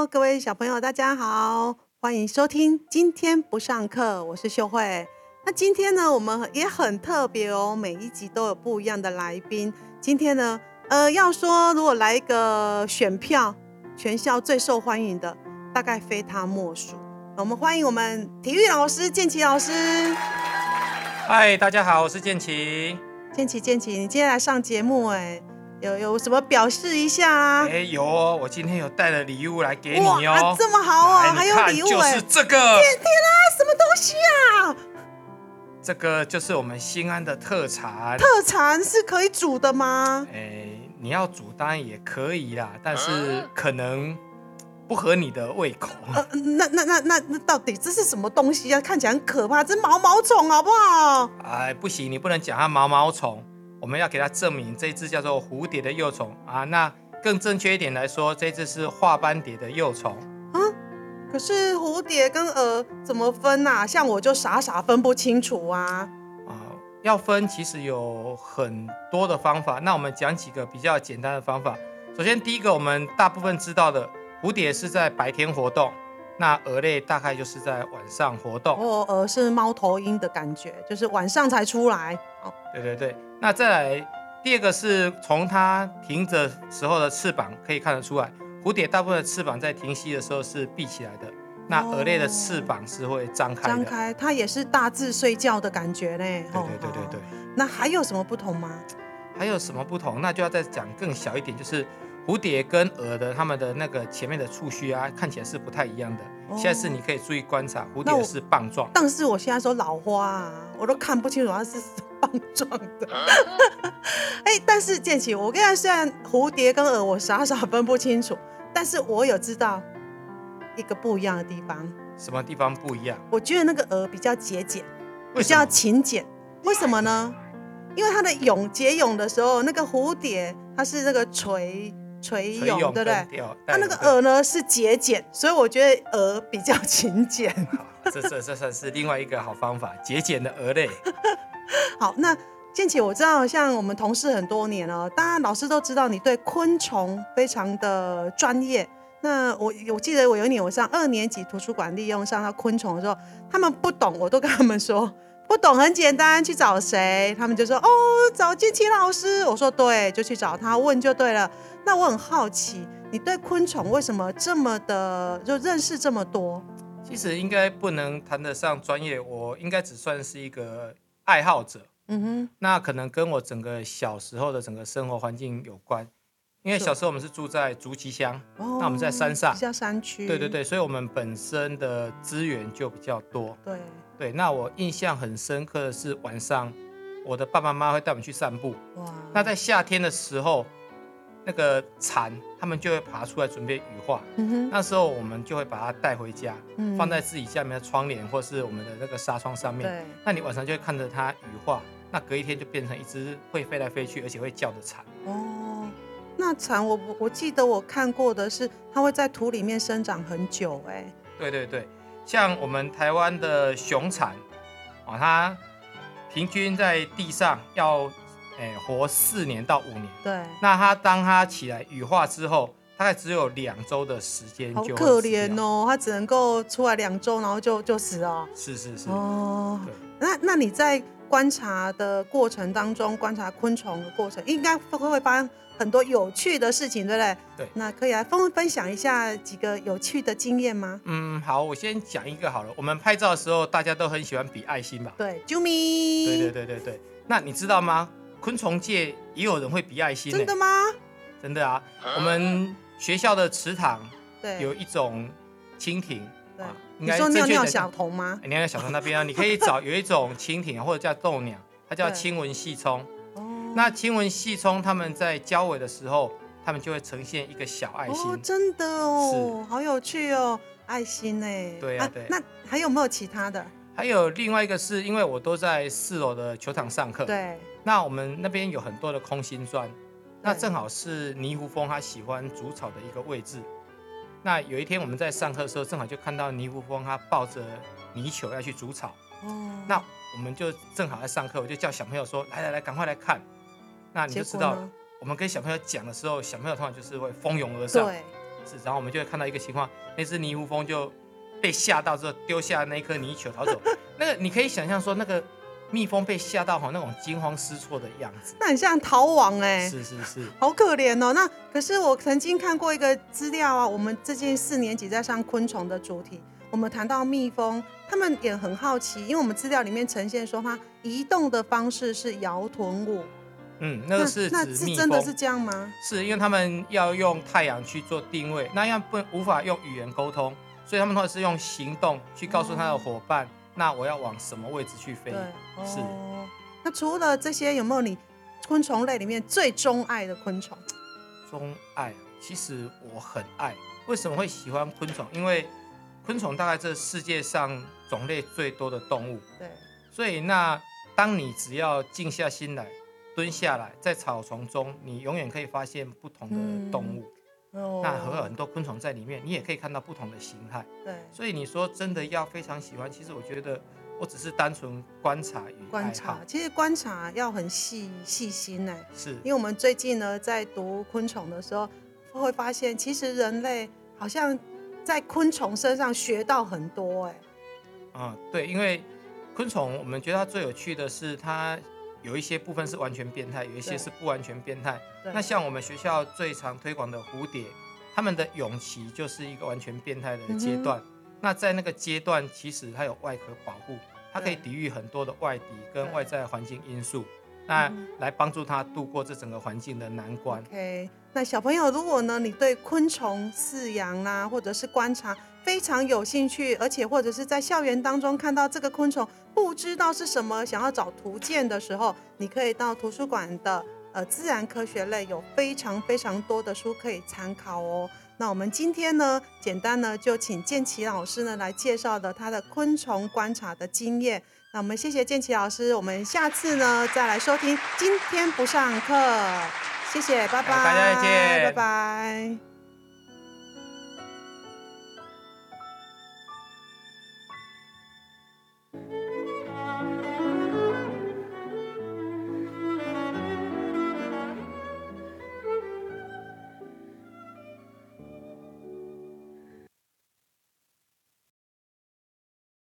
各位小朋友，大家好，欢迎收听今天不上课，我是秀慧。那今天呢，我们也很特别哦，每一集都有不一样的来宾。今天呢，要说如果来一个选票，全校最受欢迎的，大概非他莫属。我们欢迎我们体育老师建奇老师。 嗨，大家好，我是建奇。 建奇，你今天来上节目哎。有什么表示一下啊？ 有哦，我今天有带了礼物来给你哦。 哇，这么好哦，还有礼物就是这个。 天啊，什么东西啊？ 这个就是我们新安的特产。 特产是可以煮的吗？ 你要煮当然也可以啦，但是可能不合你的胃口。 那到底这是什么东西啊？看起来很可怕，这毛毛虫好不好？ 不行，你不能讲它毛毛虫。我们要给它证明这一只叫做蝴蝶的幼虫啊，那更正确一点来说，这一只是画斑蝶的幼虫。 可是蝴蝶跟蛾怎么分啊？像我就傻分不清楚啊。 要分其实有很多的方法，那我们讲几个比较简单的方法。首先第一个，我们大部分知道的，蝴蝶是在白天活动，那蛾类大概就是在晚上活动。 蛾是猫头鹰的感觉，就是晚上才出来。 对，那再来第二个是从它停着时候的翅膀可以看得出来，蝴蝶大部分的翅膀在停息的时候是闭起来的，那蛾类的翅膀是会张开的。 张开，它也是大致睡觉的感觉嘞。 对。 那还有什么不同吗？ 还有什么不同？那就要再讲更小一点，就是蝴蝶跟蛾的它们的那个前面的触须啊，看起来是不太一样的。现在是你可以注意观察，蝴蝶是棒状。 但是我现在说老花啊，我都看不清楚它是棒状的。但是建奇，我跟你虽然蝴蝶跟蛾我傻分不清楚，但是我有知道一个不一样的地方。 什么地方不一样？ 我觉得那个蛾比较节俭，比较勤俭。为什么呢？因为它的结蛹的时候，那个蝴蝶它是那个垂蛹，对不对？它那个蛾呢是节俭，所以我觉得蛾比较勤俭。 这算是另外一个好方法，节俭的蛾类。 好，那建奇，我知道像我们同事很多年了，当然老师都知道你对昆虫非常的专业。那我记得我有一年我上2年级图书馆利用上到昆虫的时候，他们不懂，我都跟他们说不懂很简单，去找谁？他们就说找建奇老师。我说对，就去找他问就对了。那我很好奇，你对昆虫为什么这么的就认识这么多？ 其实应该不能谈得上专业，我应该只算是一个爱好者。那可能跟我整个小时候的整个生活环境有关，因为小时候我们是住在竹崎乡，那我们在山上， 比较山区。 对，所以我们本身的资源就比较多。对，那我印象很深刻的是晚上，我的爸爸妈妈会带我们去散步。那在夏天的时候，那个蝉他们就会爬出来准备羽化。那时候我们就会把它带回家，放在自己家里面的窗帘或是我们的那个纱窗上面。那你晚上就会看着它羽化，那隔一天就变成一只会飞来飞去而且会叫的蝉。 那蝉我记得我看过的是它会在土里面生长很久。 对，像我们台湾的雄蝉它平均在地上要活4年到5年。 对， 那当它起来羽化之后，大概只有2周的时间就会死掉。 好可怜哦，它只能够出来2周，然后就死了。 是。 那你在观察的过程当中，观察昆虫的过程，应该会发生很多有趣的事情，对不对？ 对。那可以来分享一下几个有趣的经验吗？ 好，我先讲一个好了。我们拍照的时候，大家都很喜欢比爱心吧？ 对，啾咪。 对。那你知道吗？昆虫界也有人会比爱心。 真的吗？ 真的啊！我们学校的池塘有一种蜻蜓。 你说尿小童吗？ 尿小童那边你可以找有一种蜻蜓或者叫豆鸟，它叫青纹细葱。那青纹细葱它们在交尾的时候，它们就会呈现一个小爱心。 真的哦，好有趣哦，爱心哎。 对。 那还有没有其他的？ 还有另外一个是因为我都在4楼的球场上课。 对。 那我们那边有很多的空心砖，那正好是泥狐蜂它喜欢筑巢的一个位置。那有一天我们在上课的时候，正好就看到泥狐蜂它抱着泥球要去筑巢。那我们就正好在上课，我就叫小朋友说：“来，赶快来看。”那你就知道，我们跟小朋友讲的时候，小朋友通常就是会蜂拥而上。 对， 是，然后我们就会看到一个情况，那只泥狐蜂就被吓到之后丢下那一颗泥球逃走。那个你可以想象说，那个蜜蜂被吓到那种惊慌失措的样子， 那很像逃亡是是是， 好可怜哦。那可是我曾经看过一个资料啊，我们最近4年级在上昆虫的主题，我们谈到蜜蜂，他们也很好奇，因为我们资料里面呈现说它移动的方式是摇臀舞。 那个是指蜜蜂， 真的是这样吗？ 是因为他们要用太阳去做定位，那样无法用语言沟通，所以他们都是用行动去告诉他的伙伴，那我要往什么位置去飞。是。 那除了这些，有没有你昆虫类里面最钟爱的昆虫？ 钟爱，其实我很爱。为什么会喜欢昆虫？因为昆虫大概这世界上种类最多的动物。 对。所以那当你只要静下心来，蹲下来，在草丛中，你永远可以发现不同的动物。那有很多昆虫在里面，你也可以看到不同的形态。 对。所以你说真的要非常喜欢，其实我觉得我只是单纯观察与爱好。 其实观察要很细心是因为我们最近呢在读昆虫的时候，会发现其实人类好像在昆虫身上学到很多对，因为昆虫我们觉得它最有趣的是它有一些部分是完全变态，有一些是不完全变态。那像我们学校最常推广的蝴蝶，它们的蛹期就是一个完全变态的阶段。那在那个阶段，其实它有外壳保护，它可以抵御很多的外敌跟外在环境因素，那来帮助它度过这整个环境的难关。 OK， 那小朋友，如果呢你对昆虫饲养啦，或者是观察非常有兴趣，而且或者是在校园当中看到这个昆虫不知道是什么，想要找图鉴的时候，你可以到图书馆的自然科学类有非常非常多的书可以参考哦。那我们今天呢，简单呢就请建奇老师呢来介绍的他的昆虫观察的经验。那我们谢谢建奇老师，我们下次呢再来收听今天不上课。谢谢，拜拜， 大家再见， 拜拜。